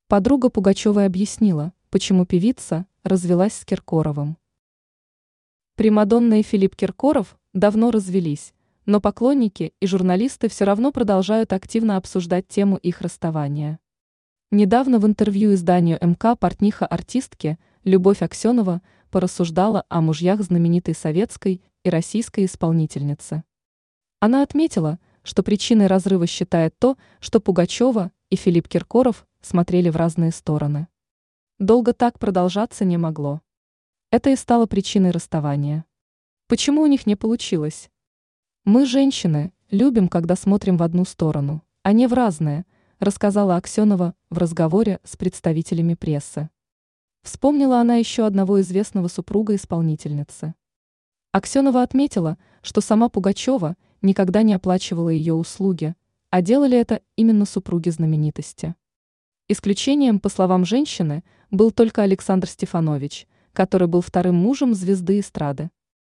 Подруга Пугачевой объяснила, почему певица развелась с Киркоровым. Примадонна и Филипп Киркоров давно развелись, но поклонники и журналисты все равно продолжают активно обсуждать тему их расставания. Недавно в интервью изданию МК портниха артистки Любовь Аксенова порассуждала о мужьях знаменитой советской и российской исполнительницы. Она отметила, что причиной разрыва считает то, что Пугачева и Филипп Киркоров смотрели в разные стороны. Долго так продолжаться не могло. Это и стало причиной расставания. Почему у них не получилось? Мы, женщины, любим, когда смотрим в одну сторону, а не в разные, рассказала Аксенова в разговоре с представителями прессы. Вспомнила она еще одного известного супруга исполнительницы. Аксенова отметила, что сама Пугачева никогда не оплачивала ее услуги, а делали это именно супруги знаменитости. Исключением, по словам женщины, был только Александр Стефанович, который был вторым мужем звезды эстрады.